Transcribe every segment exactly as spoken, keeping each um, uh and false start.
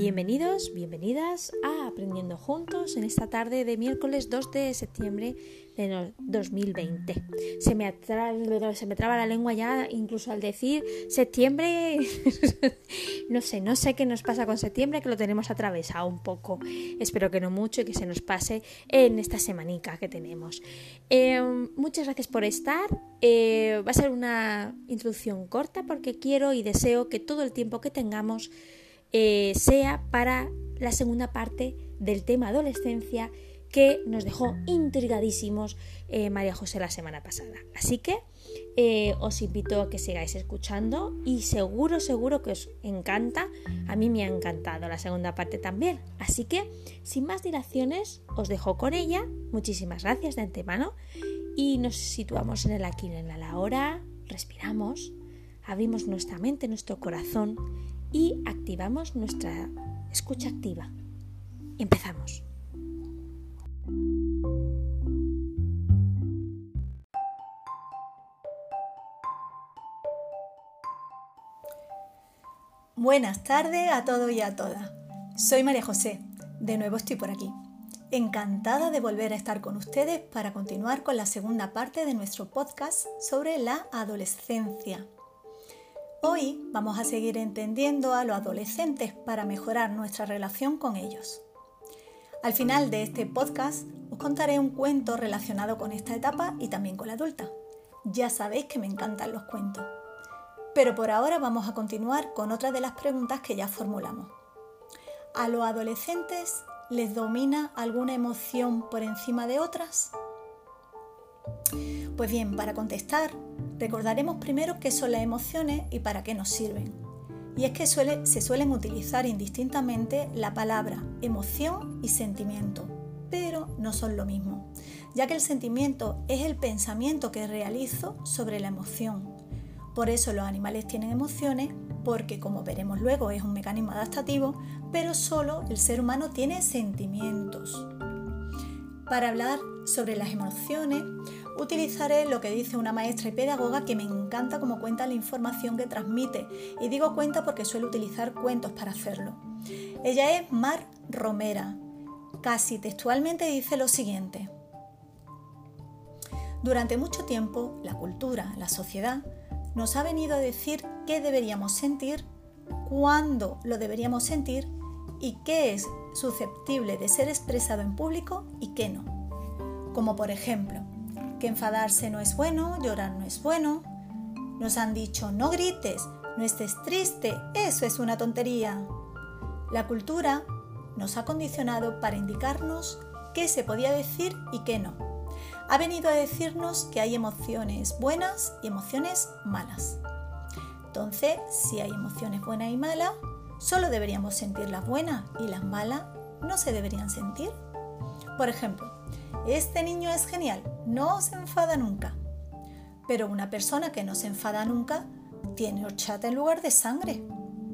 Bienvenidos, bienvenidas a Aprendiendo Juntos en esta tarde de miércoles dos de septiembre de dos mil veinte. Se me, atra- se me traba la lengua ya incluso al decir septiembre. no sé, no sé qué nos pasa con septiembre, que lo tenemos atravesado un poco. Espero que no mucho y que se nos pase en esta semanica que tenemos. Eh, muchas gracias por estar. Eh, va a ser una introducción corta porque quiero y deseo que todo el tiempo que tengamos Eh, sea para la segunda parte del tema adolescencia que nos dejó intrigadísimos eh, María José la semana pasada. Así que eh, os invito a que sigáis escuchando y seguro, seguro que os encanta. A mí me ha encantado la segunda parte también. Así que, sin más dilaciones, os dejo con ella. Muchísimas gracias de antemano y nos situamos en el aquí y en el ahora. Respiramos, abrimos nuestra mente, nuestro corazón y activamos nuestra escucha activa. Empezamos. Buenas tardes a todos y a todas. Soy María José. De nuevo estoy por aquí. Encantada de volver a estar con ustedes para continuar con la segunda parte de nuestro podcast sobre la adolescencia. Hoy vamos a seguir entendiendo a los adolescentes para mejorar nuestra relación con ellos. Al final de este podcast os contaré un cuento relacionado con esta etapa y también con la adulta. Ya sabéis que me encantan los cuentos. Pero por ahora vamos a continuar con otra de las preguntas que ya formulamos. ¿A los adolescentes les domina alguna emoción por encima de otras? Pues bien, para contestar, recordaremos primero qué son las emociones y para qué nos sirven. Y es que suele, se suelen utilizar indistintamente la palabra emoción y sentimiento, pero no son lo mismo, ya que el sentimiento es el pensamiento que realizo sobre la emoción. Por eso los animales tienen emociones, porque como veremos luego es un mecanismo adaptativo, pero solo el ser humano tiene sentimientos. Para hablar sobre las emociones, utilizaré lo que dice una maestra y pedagoga que me encanta cómo cuenta la información que transmite, y digo cuenta porque suele utilizar cuentos para hacerlo. Ella es Mar Romera. Casi textualmente dice lo siguiente: durante mucho tiempo, la cultura, la sociedad, nos ha venido a decir qué deberíamos sentir, cuándo lo deberíamos sentir y qué es susceptible de ser expresado en público y qué no. Como por ejemplo, que enfadarse no es bueno, llorar no es bueno. Nos han dicho no grites, no estés triste, eso es una tontería. La cultura nos ha condicionado para indicarnos qué se podía decir y qué no. Ha venido a decirnos que hay emociones buenas y emociones malas. Entonces, si hay emociones buenas y malas, solo deberíamos sentir las buenas y las malas no se deberían sentir. Por ejemplo, este niño es genial, no se enfada nunca. Pero una persona que no se enfada nunca tiene horchata en lugar de sangre.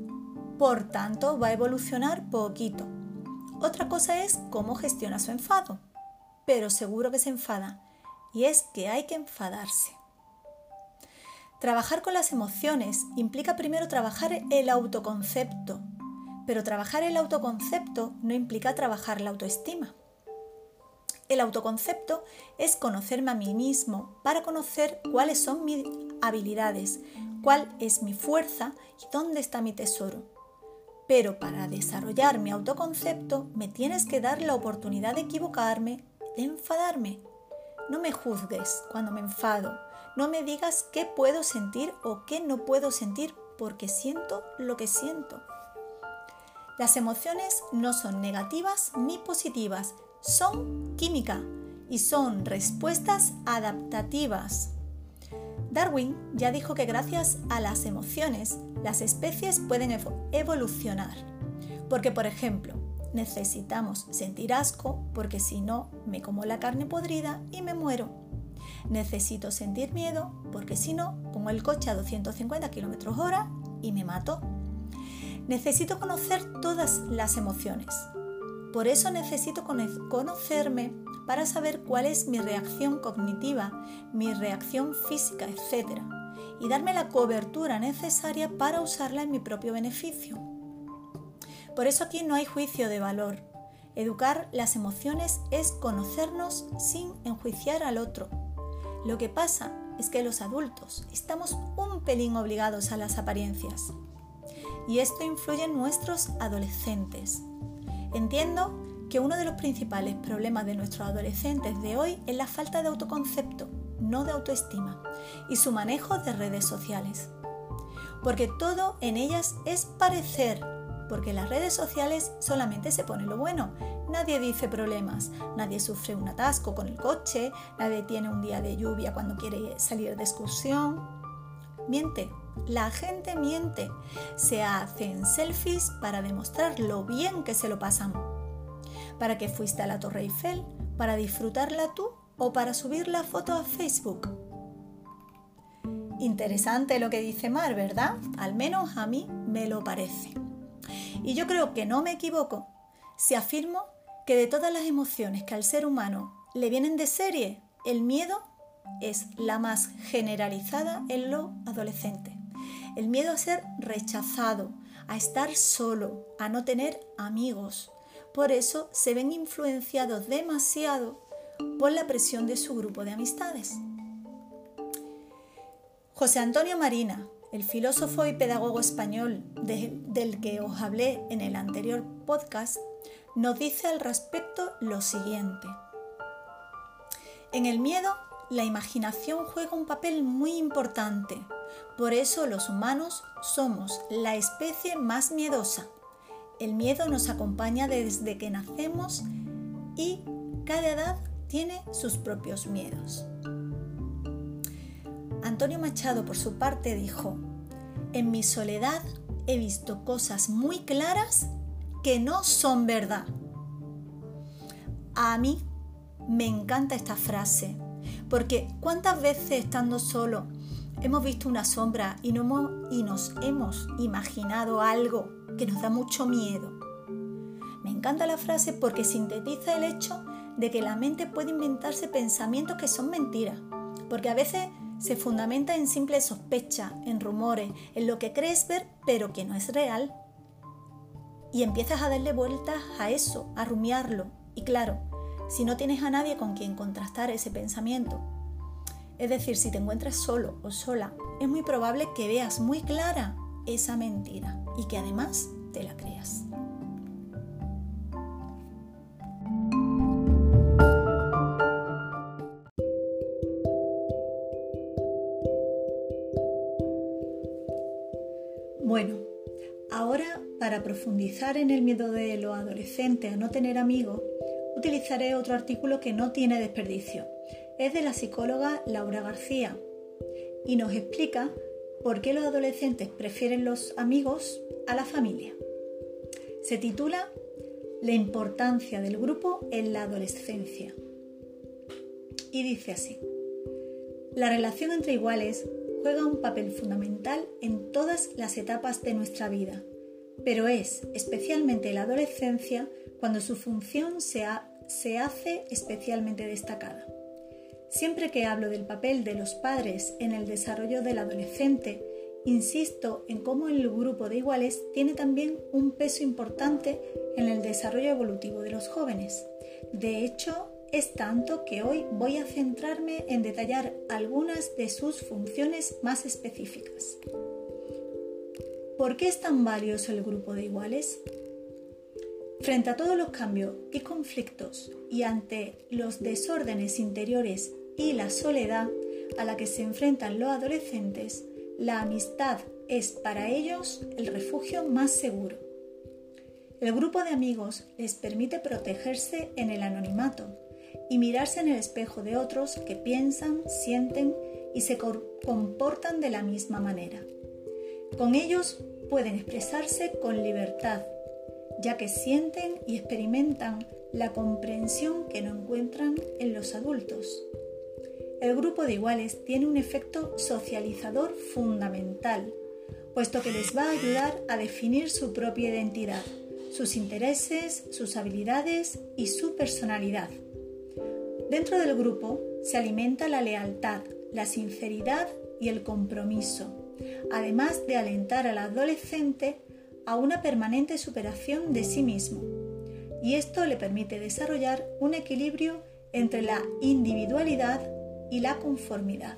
Por tanto, va a evolucionar poquito. Otra cosa es cómo gestiona su enfado, pero seguro que se enfada, y es que hay que enfadarse. Trabajar con las emociones implica primero trabajar el autoconcepto, pero trabajar el autoconcepto no implica trabajar la autoestima. El autoconcepto es conocerme a mí mismo para conocer cuáles son mis habilidades, cuál es mi fuerza y dónde está mi tesoro. Pero para desarrollar mi autoconcepto me tienes que dar la oportunidad de equivocarme, de enfadarme. No me juzgues cuando me enfado, no me digas qué puedo sentir o qué no puedo sentir porque siento lo que siento. Las emociones no son negativas ni positivas, son química y son respuestas adaptativas. Darwin ya dijo que gracias a las emociones las especies pueden evolucionar, porque por ejemplo necesitamos sentir asco porque si no me como la carne podrida y me muero. Necesito sentir miedo porque si no pongo el coche a doscientos cincuenta kilómetros hora y me mato. Necesito conocer todas las emociones. Por eso necesito conocerme para saber cuál es mi reacción cognitiva, mi reacción física, etcétera, y darme la cobertura necesaria para usarla en mi propio beneficio. Por eso aquí no hay juicio de valor. Educar las emociones es conocernos sin enjuiciar al otro. Lo que pasa es que los adultos estamos un pelín obligados a las apariencias. Y esto influye en nuestros adolescentes. Entiendo que uno de los principales problemas de nuestros adolescentes de hoy es la falta de autoconcepto, no de autoestima, y su manejo de redes sociales. Porque todo en ellas es parecer, porque en las redes sociales solamente se pone lo bueno. Nadie dice problemas, nadie sufre un atasco con el coche, nadie tiene un día de lluvia cuando quiere salir de excursión. Miente, la gente miente. Se hacen selfies para demostrar lo bien que se lo pasan. ¿Para qué fuiste a la Torre Eiffel? ¿Para disfrutarla tú o para subir la foto a Facebook? Interesante lo que dice Mar, ¿verdad? Al menos a mí me lo parece. Y yo creo que no me equivoco si afirmo que de todas las emociones que al ser humano le vienen de serie, el miedo es la más generalizada en los adolescentes. El miedo a ser rechazado, a estar solo, a no tener amigos. Por eso se ven influenciados demasiado por la presión de su grupo de amistades. José Antonio Marina, el filósofo y pedagogo español de, del que os hablé en el anterior podcast, nos dice al respecto lo siguiente. En el miedo, la imaginación juega un papel muy importante. Por eso los humanos somos la especie más miedosa. El miedo nos acompaña desde que nacemos y cada edad tiene sus propios miedos. Antonio Machado, por su parte, dijo: en mi soledad he visto cosas muy claras que no son verdad. A mí me encanta esta frase, porque ¿cuántas veces estando solo hemos visto una sombra y, no hemos, y nos hemos imaginado algo que nos da mucho miedo? Me encanta la frase porque sintetiza el hecho de que la mente puede inventarse pensamientos que son mentiras, porque a veces se fundamenta en simples sospechas, en rumores, en lo que crees ver pero que no es real. Y empiezas a darle vueltas a eso, a rumiarlo. Y claro, si no tienes a nadie con quien contrastar ese pensamiento, es decir, si te encuentras solo o sola, es muy probable que veas muy clara esa mentira y que además te la creas. Bueno, ahora para profundizar en el miedo de los adolescentes a no tener amigos, utilizaré otro artículo que no tiene desperdicio. Es de la psicóloga Laura García y nos explica por qué los adolescentes prefieren los amigos a la familia. Se titula La importancia del grupo en la adolescencia. Y dice así: la relación entre iguales juega un papel fundamental en todas las etapas de nuestra vida, pero es especialmente en la adolescencia cuando su función se, ha, se hace especialmente destacada. Siempre que hablo del papel de los padres en el desarrollo del adolescente, insisto en cómo el grupo de iguales tiene también un peso importante en el desarrollo evolutivo de los jóvenes. De hecho, es tanto que hoy voy a centrarme en detallar algunas de sus funciones más específicas. ¿Por qué es tan valioso el grupo de iguales? Frente a todos los cambios y conflictos y ante los desórdenes interiores y la soledad a la que se enfrentan los adolescentes, la amistad es para ellos el refugio más seguro. El grupo de amigos les permite protegerse en el anonimato y mirarse en el espejo de otros que piensan, sienten y se comportan de la misma manera. Con ellos pueden expresarse con libertad, ya que sienten y experimentan la comprensión que no encuentran en los adultos. El grupo de iguales tiene un efecto socializador fundamental, puesto que les va a ayudar a definir su propia identidad, sus intereses, sus habilidades y su personalidad. Dentro del grupo se alimenta la lealtad, la sinceridad y el compromiso, además de alentar al adolescente a una permanente superación de sí mismo, y esto le permite desarrollar un equilibrio entre la individualidad y la conformidad.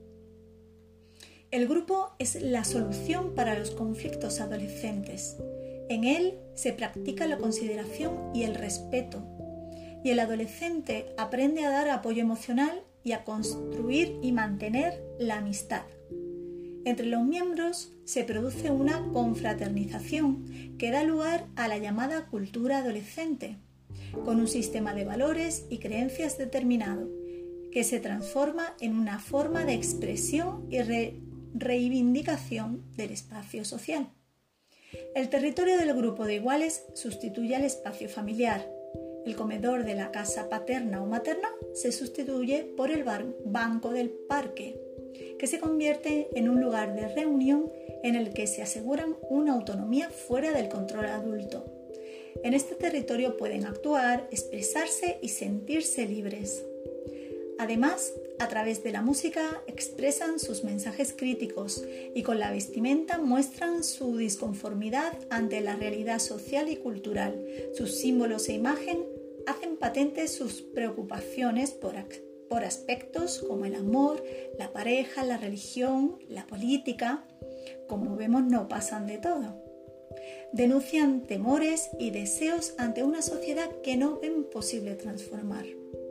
El grupo es la solución para los conflictos adolescentes. En él se practica la consideración y el respeto, y el adolescente aprende a dar apoyo emocional y a construir y mantener la amistad. Entre los miembros se produce una confraternización que da lugar a la llamada cultura adolescente, con un sistema de valores y creencias determinado, que se transforma en una forma de expresión y re- reivindicación del espacio social. El territorio del grupo de iguales sustituye al espacio familiar. El comedor de la casa paterna o materna se sustituye por el bar- banco del parque, que se convierte en un lugar de reunión en el que se aseguran una autonomía fuera del control adulto. En este territorio pueden actuar, expresarse y sentirse libres. Además, a través de la música expresan sus mensajes críticos y con la vestimenta muestran su disconformidad ante la realidad social y cultural. Sus símbolos e imagen hacen patentes sus preocupaciones por, por aspectos como el amor, la pareja, la religión, la política. Como vemos, no pasan de todo. Denuncian temores y deseos ante una sociedad que no ven posible transformar.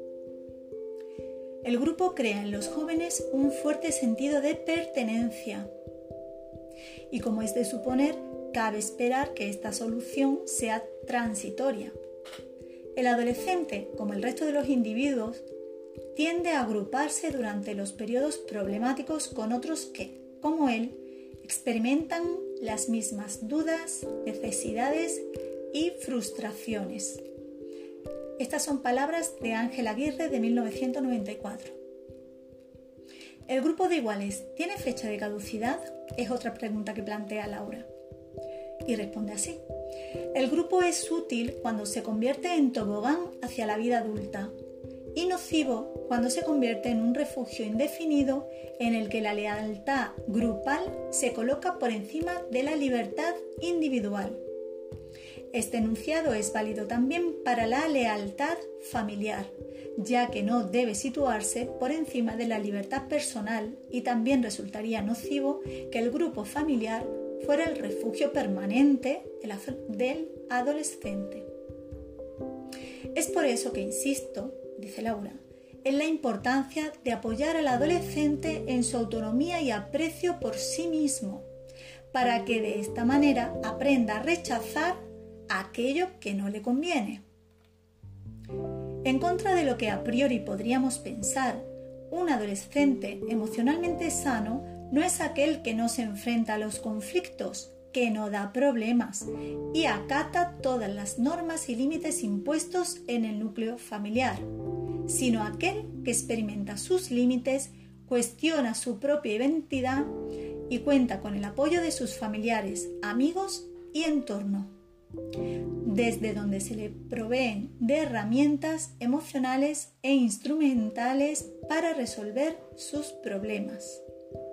El grupo crea en los jóvenes un fuerte sentido de pertenencia y, como es de suponer, cabe esperar que esta solución sea transitoria. El adolescente, como el resto de los individuos, tiende a agruparse durante los periodos problemáticos con otros que, como él, experimentan las mismas dudas, necesidades y frustraciones. Estas son palabras de Ángel Aguirre de mil novecientos noventa y cuatro. ¿El grupo de iguales tiene fecha de caducidad? Es otra pregunta que plantea Laura. Y responde así. El grupo es útil cuando se convierte en tobogán hacia la vida adulta y nocivo cuando se convierte en un refugio indefinido en el que la lealtad grupal se coloca por encima de la libertad individual. Este enunciado es válido también para la lealtad familiar, ya que no debe situarse por encima de la libertad personal, y también resultaría nocivo que el grupo familiar fuera el refugio permanente del adolescente. Es por eso que insisto, dice Laura, en la importancia de apoyar al adolescente en su autonomía y aprecio por sí mismo, para que de esta manera aprenda a rechazar aquello que no le conviene. En contra de lo que a priori podríamos pensar, un adolescente emocionalmente sano no es aquel que no se enfrenta a los conflictos, que no da problemas y acata todas las normas y límites impuestos en el núcleo familiar, sino aquel que experimenta sus límites, cuestiona su propia identidad y cuenta con el apoyo de sus familiares, amigos y entorno, desde donde se le proveen de herramientas emocionales e instrumentales para resolver sus problemas.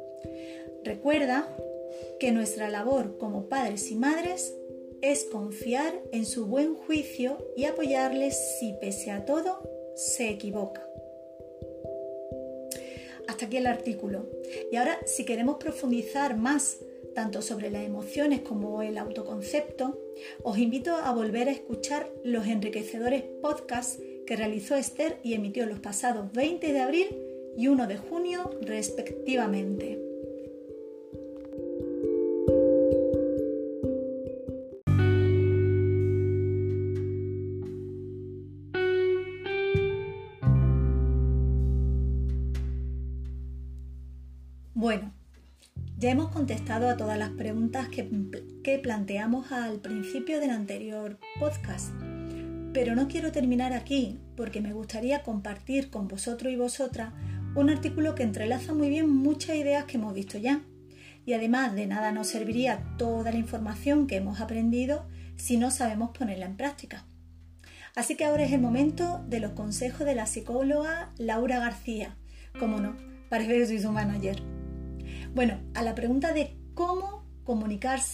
Recuerda que nuestra labor como padres y madres es confiar en su buen juicio y apoyarles si pese a todo se equivoca. Hasta aquí el artículo. Y ahora, si queremos profundizar más tanto sobre las emociones como el autoconcepto, os invito a volver a escuchar los enriquecedores podcasts que realizó Esther y emitió los pasados veinte de abril y uno de junio respectivamente. Bueno, ya hemos contestado a todas las preguntas que, que planteamos al principio del anterior podcast, pero no quiero terminar aquí porque me gustaría compartir con vosotros y vosotras un artículo que entrelaza muy bien muchas ideas que hemos visto ya, y además de nada nos serviría toda la información que hemos aprendido si no sabemos ponerla en práctica. Así que ahora es el momento de los consejos de la psicóloga Laura García, como no, parece que soy su manager. Bueno, a la pregunta de cómo comunicarse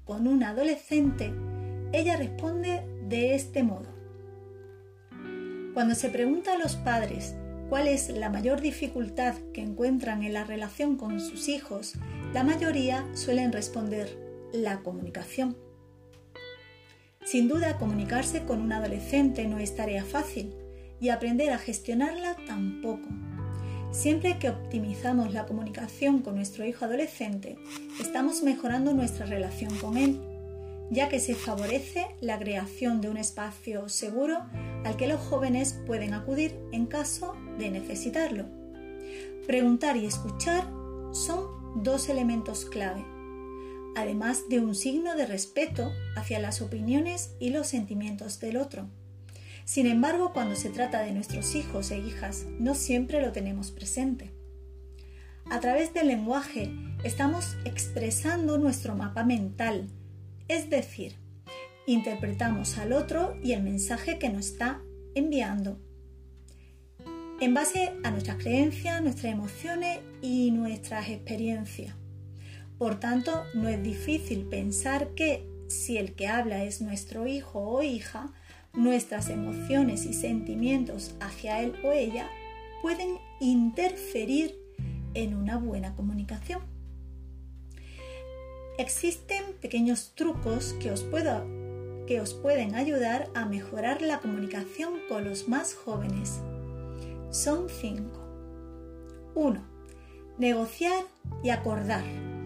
con un adolescente, ella responde de este modo. Cuando se pregunta a los padres cuál es la mayor dificultad que encuentran en la relación con sus hijos, la mayoría suelen responder la comunicación. Sin duda, comunicarse con un adolescente no es tarea fácil y aprender a gestionarla tampoco. Siempre que optimizamos la comunicación con nuestro hijo adolescente, estamos mejorando nuestra relación con él, ya que se favorece la creación de un espacio seguro al que los jóvenes pueden acudir en caso de necesitarlo. Preguntar y escuchar son dos elementos clave, además de un signo de respeto hacia las opiniones y los sentimientos del otro. Sin embargo, cuando se trata de nuestros hijos e hijas, no siempre lo tenemos presente. A través del lenguaje estamos expresando nuestro mapa mental, es decir, interpretamos al otro y el mensaje que nos está enviando, en base a nuestras creencias, nuestras emociones y nuestras experiencias. Por tanto, no es difícil pensar que si el que habla es nuestro hijo o hija, nuestras emociones y sentimientos hacia él o ella pueden interferir en una buena comunicación. Existen pequeños trucos que os, puedo, que os pueden ayudar a mejorar la comunicación con los más jóvenes. Son cinco. uno. Negociar y acordar.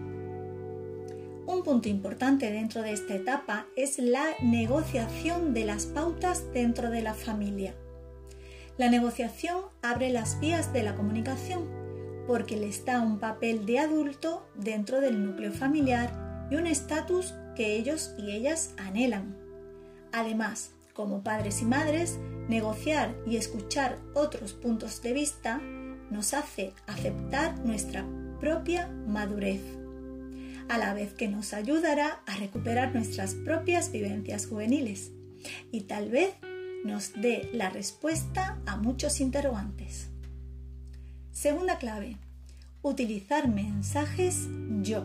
Un punto importante dentro de esta etapa es la negociación de las pautas dentro de la familia. La negociación abre las vías de la comunicación porque les da un papel de adulto dentro del núcleo familiar y un estatus que ellos y ellas anhelan. Además, como padres y madres, negociar y escuchar otros puntos de vista nos hace aceptar nuestra propia madurez, a la vez que nos ayudará a recuperar nuestras propias vivencias juveniles y tal vez nos dé la respuesta a muchos interrogantes. Segunda clave, utilizar mensajes yo.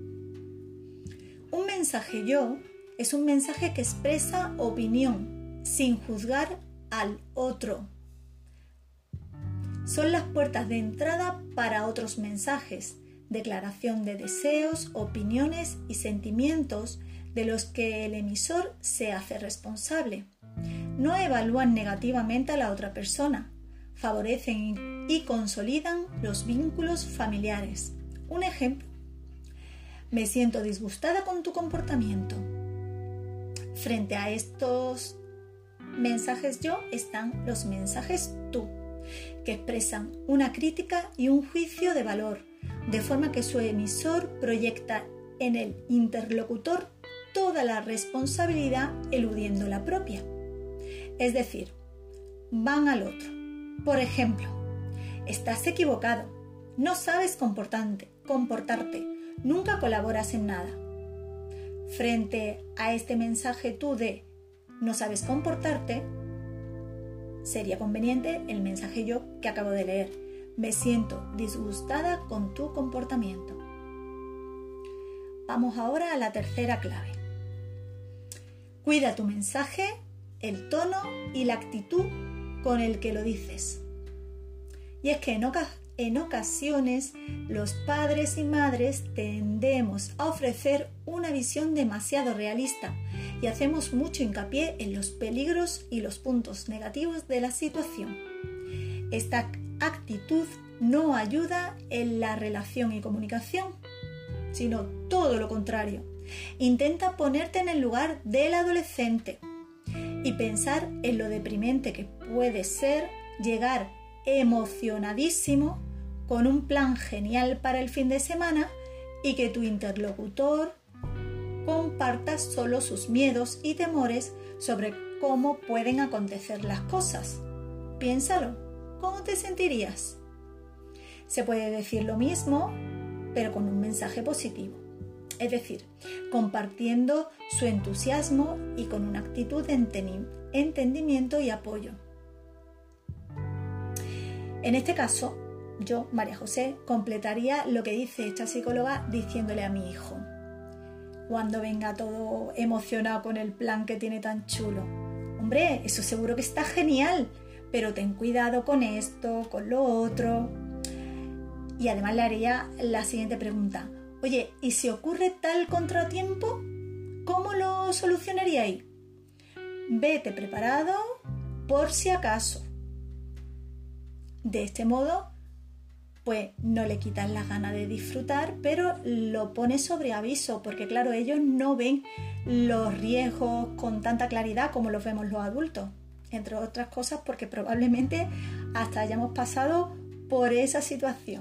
Un mensaje yo es un mensaje que expresa opinión sin juzgar al otro. Son las puertas de entrada para otros mensajes, declaración de deseos, opiniones y sentimientos de los que el emisor se hace responsable. No evalúan negativamente a la otra persona, favorecen y consolidan los vínculos familiares. Un ejemplo: me siento disgustada con tu comportamiento. Frente a estos mensajes yo están los mensajes tú, que expresan una crítica y un juicio de valor, de forma que su emisor proyecta en el interlocutor toda la responsabilidad eludiendo la propia. Es decir, van al otro. Por ejemplo, estás equivocado, no sabes comportarte, comportarte, nunca colaboras en nada. Frente a este mensaje tú de no sabes comportarte, sería conveniente el mensaje yo que acabo de leer. Me siento disgustada con tu comportamiento. Vamos ahora a la tercera clave. Cuida tu mensaje, el tono y la actitud con el que lo dices. Y es que en, oca- en ocasiones los padres y madres tendemos a ofrecer una visión demasiado realista y hacemos mucho hincapié en los peligros y los puntos negativos de la situación. Esta actitud no ayuda en la relación y comunicación, sino todo lo contrario. Intenta ponerte en el lugar del adolescente y pensar en lo deprimente que puede ser llegar emocionadísimo con un plan genial para el fin de semana y que tu interlocutor comparta solo sus miedos y temores sobre cómo pueden acontecer las cosas. Piénsalo. ¿Cómo te sentirías? Se puede decir lo mismo, pero con un mensaje positivo. Es decir, compartiendo su entusiasmo y con una actitud de entendimiento y apoyo. En este caso, yo, María José, completaría lo que dice esta psicóloga diciéndole a mi hijo: cuando venga todo emocionado con el plan que tiene tan chulo. Hombre, eso seguro que está genial, pero ten cuidado con esto, con lo otro. Y además le haría la siguiente pregunta. Oye, ¿y si ocurre tal contratiempo? ¿Cómo lo solucionaríais? Vete preparado por si acaso. De este modo, pues no le quitas las ganas de disfrutar, pero lo pones sobre aviso, porque claro, ellos no ven los riesgos con tanta claridad como los vemos los adultos, entre otras cosas porque probablemente hasta hayamos pasado por esa situación.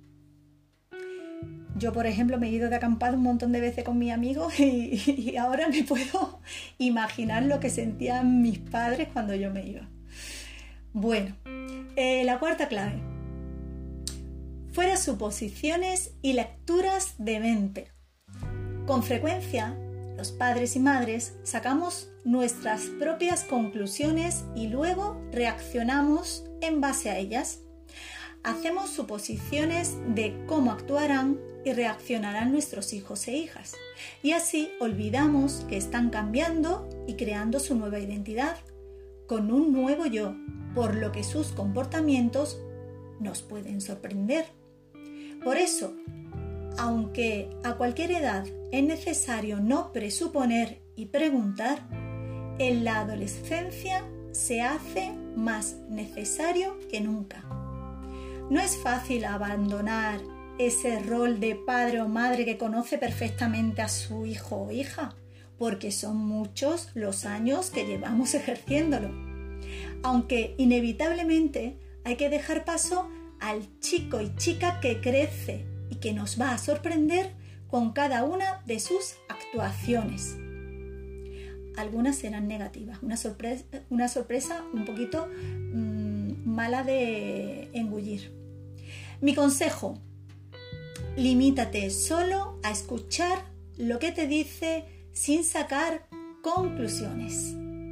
Yo, por ejemplo, me he ido de acampado un montón de veces con mis amigos y, y ahora me puedo imaginar lo que sentían mis padres cuando yo me iba. Bueno, eh, la cuarta clave. Fuera suposiciones y lecturas de mente. Con frecuencia, los padres y madres sacamos nuestras propias conclusiones y luego reaccionamos en base a ellas. Hacemos suposiciones de cómo actuarán y reaccionarán nuestros hijos e hijas. Y así olvidamos que están cambiando y creando su nueva identidad, con un nuevo yo, por lo que sus comportamientos nos pueden sorprender. Por eso, aunque a cualquier edad es necesario no presuponer y preguntar, en la adolescencia se hace más necesario que nunca. No es fácil abandonar ese rol de padre o madre que conoce perfectamente a su hijo o hija, porque son muchos los años que llevamos ejerciéndolo. Aunque inevitablemente hay que dejar paso al chico y chica que crece y que nos va a sorprender con cada una de sus actuaciones. Algunas serán negativas, una sorpresa, una sorpresa un poquito mmm, mala de engullir. Mi consejo: limítate solo a escuchar lo que te dice sin sacar conclusiones.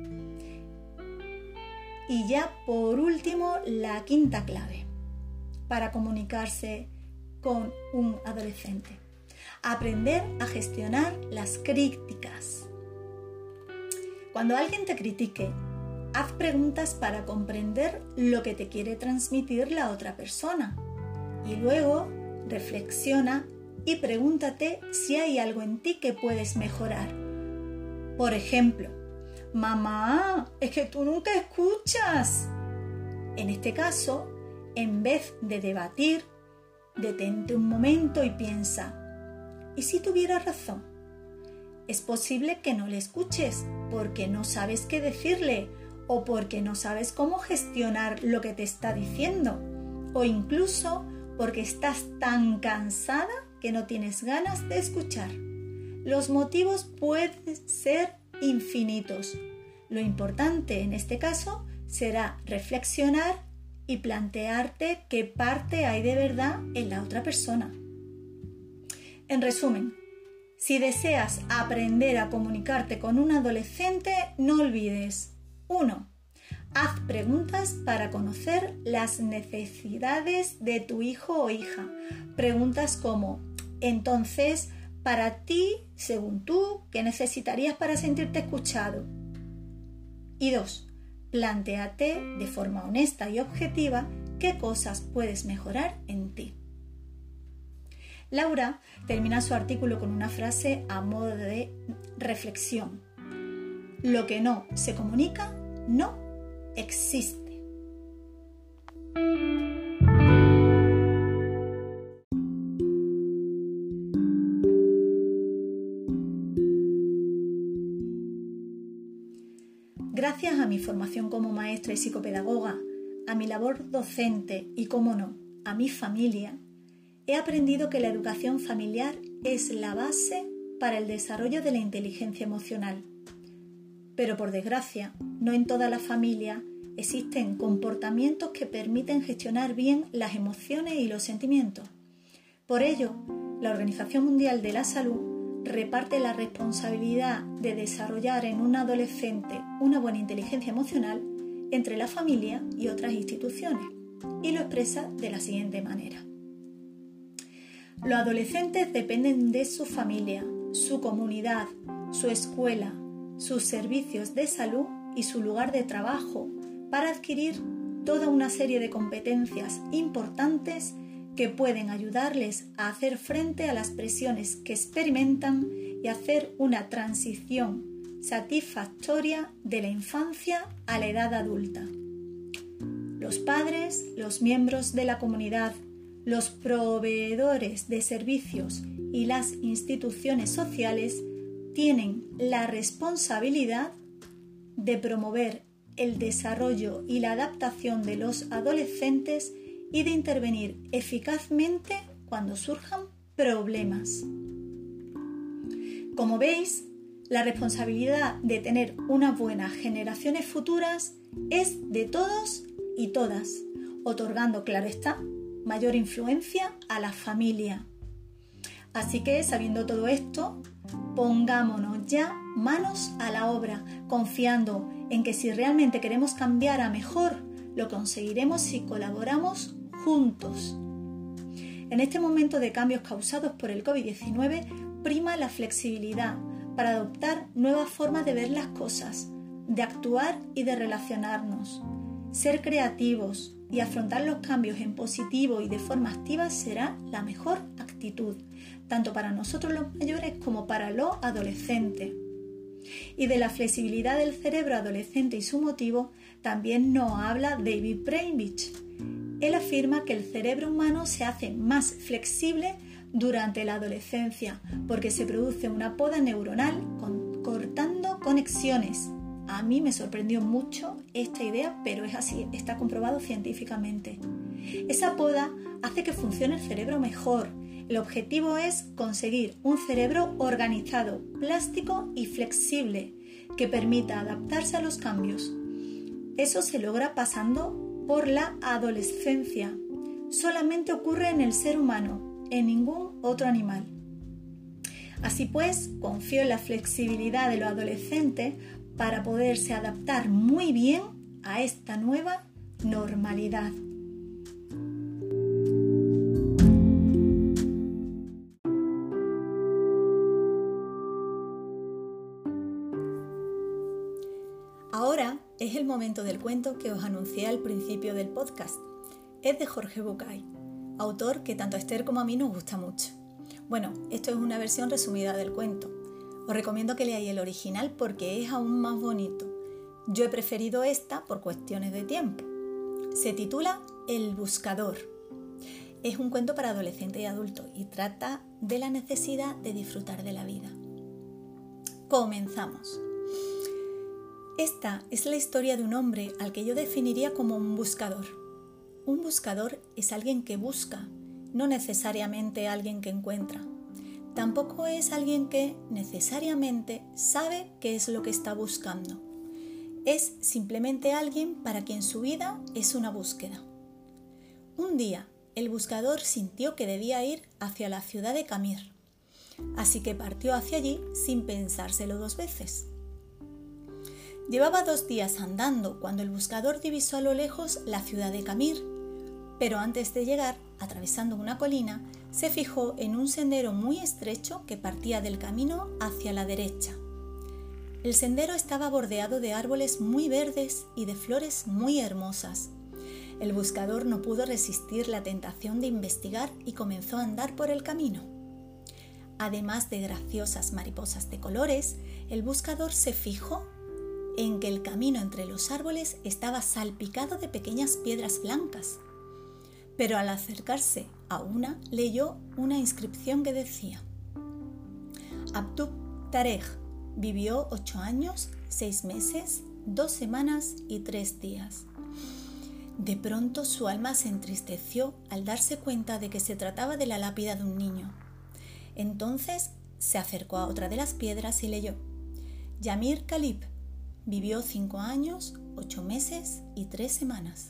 Y ya por último, la quinta clave para comunicarse con un adolescente: aprender a gestionar las críticas. Cuando alguien te critique, haz preguntas para comprender lo que te quiere transmitir la otra persona y luego reflexiona y pregúntate si hay algo en ti que puedes mejorar. Por ejemplo, mamá, es que tú nunca escuchas. En este caso, en vez de debatir, detente un momento y piensa: ¿y si tuviera razón? Es posible que no le escuches porque no sabes qué decirle o porque no sabes cómo gestionar lo que te está diciendo, o incluso porque estás tan cansada que no tienes ganas de escuchar. Los motivos pueden ser infinitos. Lo importante en este caso será reflexionar y plantearte qué parte hay de verdad en la otra persona. En resumen, si deseas aprender a comunicarte con un adolescente, no olvides: uno. Haz preguntas para conocer las necesidades de tu hijo o hija. Preguntas como: entonces, para ti, según tú, ¿qué necesitarías para sentirte escuchado? Y dos. Plantéate de forma honesta y objetiva qué cosas puedes mejorar en ti. Laura termina su artículo con una frase a modo de reflexión: lo que no se comunica no existe. Gracias a mi formación como maestra y psicopedagoga, a mi labor docente y, cómo no, a mi familia, he aprendido que la educación familiar es la base para el desarrollo de la inteligencia emocional. Pero por desgracia, no en toda la familia existen comportamientos que permiten gestionar bien las emociones y los sentimientos. Por ello, la Organización Mundial de la Salud reparte la responsabilidad de desarrollar en un adolescente una buena inteligencia emocional entre la familia y otras instituciones, y lo expresa de la siguiente manera: los adolescentes dependen de su familia, su comunidad, su escuela, sus servicios de salud y su lugar de trabajo para adquirir toda una serie de competencias importantes que pueden ayudarles a hacer frente a las presiones que experimentan y hacer una transición satisfactoria de la infancia a la edad adulta. Los padres, los miembros de la comunidad, los proveedores de servicios y las instituciones sociales tienen la responsabilidad de promover el desarrollo y la adaptación de los adolescentes y de intervenir eficazmente cuando surjan problemas. Como veis, la responsabilidad de tener unas buenas generaciones futuras es de todos y todas, otorgando, claro está, mayor influencia a la familia. Así que, sabiendo todo esto, pongámonos ya manos a la obra, confiando en que si realmente queremos cambiar a mejor, lo conseguiremos si colaboramos juntos. En este momento de cambios causados por el covid diecinueve, prima la flexibilidad para adoptar nuevas formas de ver las cosas, de actuar y de relacionarnos. Ser creativos y afrontar los cambios en positivo y de forma activa será la mejor actitud, tanto para nosotros los mayores como para los adolescentes. Y de la flexibilidad del cerebro adolescente y su motivo también nos habla David Brainbich. Él afirma que el cerebro humano se hace más flexible durante la adolescencia porque se produce una poda neuronal con, cortando conexiones. A mí me sorprendió mucho esta idea, pero es así, está comprobado científicamente. Esa poda hace que funcione el cerebro mejor. El objetivo es conseguir un cerebro organizado, plástico y flexible, que permita adaptarse a los cambios. Eso se logra pasando por la adolescencia. Solamente ocurre en el ser humano, en ningún otro animal. Así pues, confío en la flexibilidad de los adolescentes para poderse adaptar muy bien a esta nueva normalidad. Ahora es el momento del cuento que os anuncié al principio del podcast. Es de Jorge Bucay, autor que tanto a Esther como a mí nos gusta mucho. Bueno, esto es una versión resumida del cuento. Os recomiendo que leáis el original porque es aún más bonito. Yo he preferido esta por cuestiones de tiempo. Se titula El buscador. Es un cuento para adolescentes y adultos y trata de la necesidad de disfrutar de la vida. Comenzamos. Esta es la historia de un hombre al que yo definiría como un buscador. Un buscador es alguien que busca, no necesariamente alguien que encuentra. Tampoco es alguien que necesariamente sabe qué es lo que está buscando. Es simplemente alguien para quien su vida es una búsqueda. Un día, el buscador sintió que debía ir hacia la ciudad de Camir, así que partió hacia allí sin pensárselo dos veces. Llevaba dos días andando cuando el buscador divisó a lo lejos la ciudad de Camir, pero antes de llegar, atravesando una colina, se fijó en un sendero muy estrecho que partía del camino hacia la derecha. El sendero estaba bordeado de árboles muy verdes y de flores muy hermosas. El buscador no pudo resistir la tentación de investigar y comenzó a andar por el camino. Además de graciosas mariposas de colores, el buscador se fijó en que el camino entre los árboles estaba salpicado de pequeñas piedras blancas. Pero al acercarse a una, leyó una inscripción que decía: Abdul Tarek vivió ocho años, seis meses, dos semanas y tres días. De pronto su alma se entristeció al darse cuenta de que se trataba de la lápida de un niño. Entonces se acercó a otra de las piedras y leyó: Yamir Khalib vivió cinco años, ocho meses y tres semanas.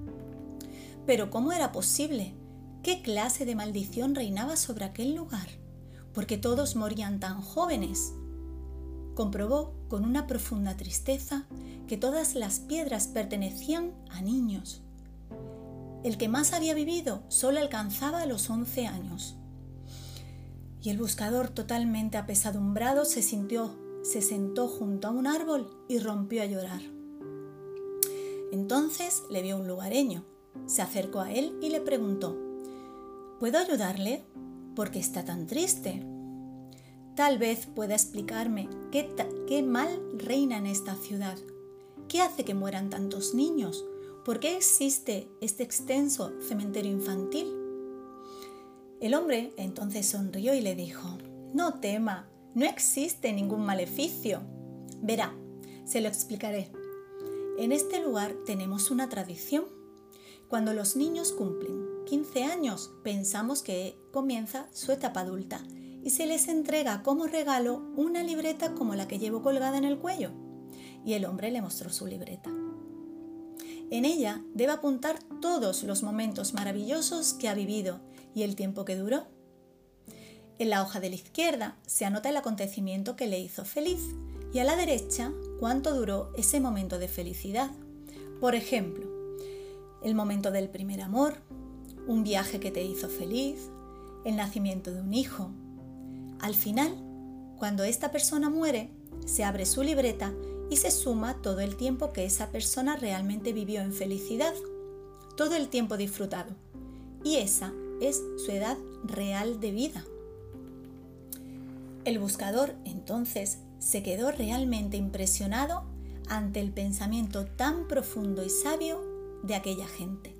Pero ¿cómo era posible? ¿Qué clase de maldición reinaba sobre aquel lugar? ¿Por qué todos morían tan jóvenes? Comprobó con una profunda tristeza que todas las piedras pertenecían a niños. El que más había vivido solo alcanzaba los once años. Y el buscador, totalmente apesadumbrado, se sintió, se sentó junto a un árbol y rompió a llorar. Entonces le vio un lugareño, se acercó a él y le preguntó: ¿puedo ayudarle? ¿Por qué está tan triste? Tal vez pueda explicarme qué, qué mal reina en esta ciudad. ¿Qué hace que mueran tantos niños? ¿Por qué existe este extenso cementerio infantil? El hombre entonces sonrió y le dijo: no tema, no existe ningún maleficio. Verá, se lo explicaré. En este lugar tenemos una tradición. Cuando los niños cumplen quince años, pensamos que comienza su etapa adulta y se les entrega como regalo una libreta como la que llevo colgada en el cuello. Y el hombre le mostró su libreta. En ella debe apuntar todos los momentos maravillosos que ha vivido y el tiempo que duró. En la hoja de la izquierda se anota el acontecimiento que le hizo feliz y a la derecha cuánto duró ese momento de felicidad. Por ejemplo, el momento del primer amor, un viaje que te hizo feliz, el nacimiento de un hijo. Al final, cuando esta persona muere, se abre su libreta y se suma todo el tiempo que esa persona realmente vivió en felicidad, todo el tiempo disfrutado. Y esa es su edad real de vida. El buscador, entonces, se quedó realmente impresionado ante el pensamiento tan profundo y sabio de aquella gente.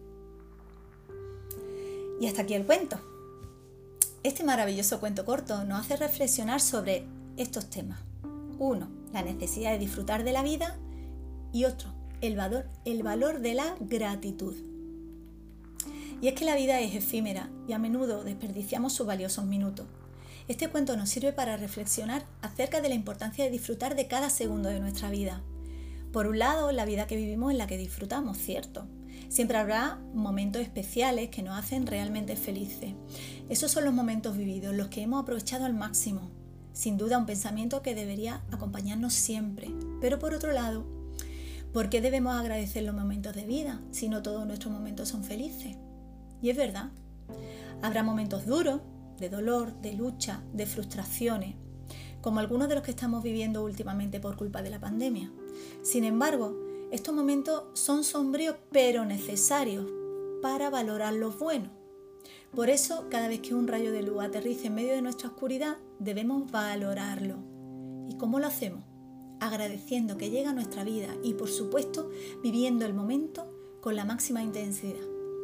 Y hasta aquí el cuento. Este maravilloso cuento corto nos hace reflexionar sobre estos temas. Uno, la necesidad de disfrutar de la vida, y otro, el valor, el valor de la gratitud. Y es que la vida es efímera y a menudo desperdiciamos sus valiosos minutos. Este cuento nos sirve para reflexionar acerca de la importancia de disfrutar de cada segundo de nuestra vida. Por un lado, la vida que vivimos es la que disfrutamos, ¿cierto? Siempre habrá momentos especiales que nos hacen realmente felices. Esos son los momentos vividos, los que hemos aprovechado al máximo. Sin duda, un pensamiento que debería acompañarnos siempre. Pero por otro lado, ¿por qué debemos agradecer los momentos de vida si no todos nuestros momentos son felices? Y es verdad, habrá momentos duros, de dolor, de lucha, de frustraciones, como algunos de los que estamos viviendo últimamente por culpa de la pandemia. Sin embargo, estos momentos son sombríos pero necesarios para valorar lo bueno. Por eso, cada vez que un rayo de luz aterrice en medio de nuestra oscuridad, debemos valorarlo. ¿Y cómo lo hacemos? Agradeciendo que llega a nuestra vida y, por supuesto, viviendo el momento con la máxima intensidad.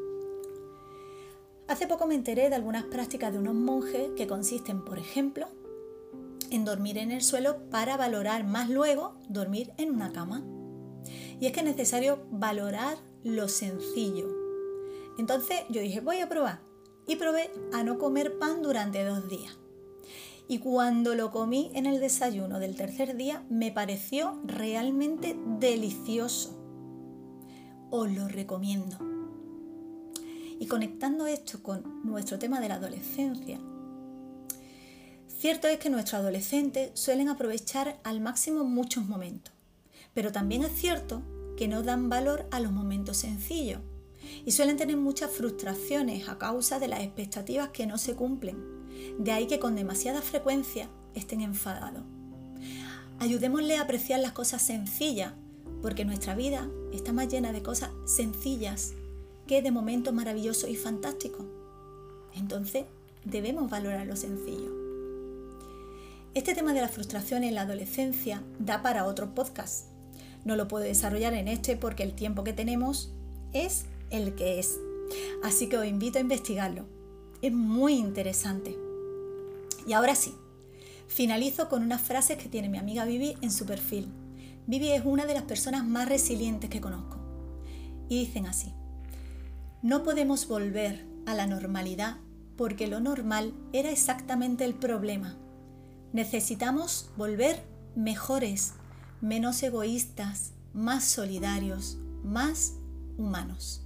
Hace poco me enteré de algunas prácticas de unos monjes que consisten, por ejemplo, en dormir en el suelo para valorar más luego dormir en una cama. Y es que es necesario valorar lo sencillo. Entonces yo dije, voy a probar. Y probé a no comer pan durante dos días. Y cuando lo comí en el desayuno del tercer día, me pareció realmente delicioso. Os lo recomiendo. Y conectando esto con nuestro tema de la adolescencia, cierto es que nuestros adolescentes suelen aprovechar al máximo muchos momentos, pero también es cierto que no dan valor a los momentos sencillos y suelen tener muchas frustraciones a causa de las expectativas que no se cumplen. De ahí que con demasiada frecuencia estén enfadados. Ayudémosle a apreciar las cosas sencillas, porque nuestra vida está más llena de cosas sencillas que de momentos maravillosos y fantásticos. Entonces, debemos valorar lo sencillo. Este tema de la frustración en la adolescencia da para otro podcast. No lo puedo desarrollar en este porque el tiempo que tenemos es el que es. Así que os invito a investigarlo. Es muy interesante. Y ahora sí, finalizo con unas frases que tiene mi amiga Vivi en su perfil. Vivi es una de las personas más resilientes que conozco. Y dicen así: no podemos volver a la normalidad porque lo normal era exactamente el problema. Necesitamos volver mejores, menos egoístas, más solidarios, más humanos.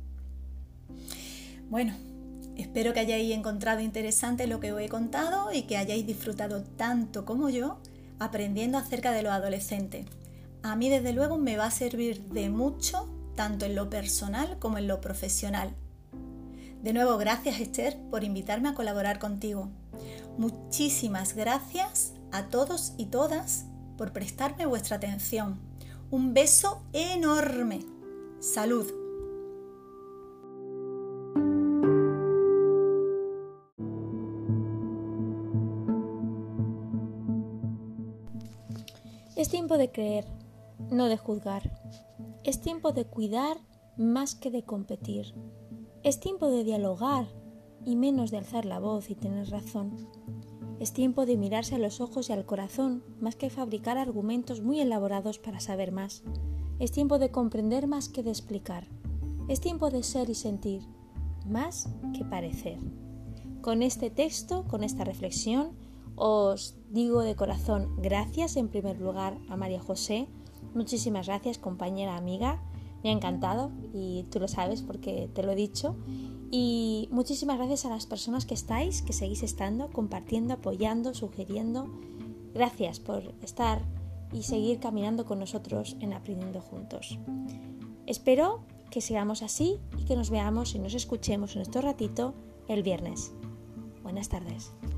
Bueno, espero que hayáis encontrado interesante lo que os he contado y que hayáis disfrutado tanto como yo aprendiendo acerca de los adolescentes. A mí, desde luego, me va a servir de mucho, tanto en lo personal como en lo profesional. De nuevo, gracias, Esther, por invitarme a colaborar contigo. Muchísimas gracias a todos y todas por prestarme vuestra atención. Un beso enorme. Salud. Es tiempo de creer, no de juzgar. Es tiempo de cuidar más que de competir. Es tiempo de dialogar y menos de alzar la voz y tener razón. Es tiempo de mirarse a los ojos y al corazón más que fabricar argumentos muy elaborados para saber más. Es tiempo de comprender más que de explicar. Es tiempo de ser y sentir más que parecer. Con este texto, con esta reflexión, os digo de corazón gracias en primer lugar a María José. Muchísimas gracias, compañera, amiga. Me ha encantado y tú lo sabes porque te lo he dicho. Y muchísimas gracias a las personas que estáis, que seguís estando, compartiendo, apoyando, sugiriendo. Gracias por estar y seguir caminando con nosotros en Aprendiendo Juntos. Espero que sigamos así y que nos veamos y nos escuchemos en este ratito el viernes. Buenas tardes.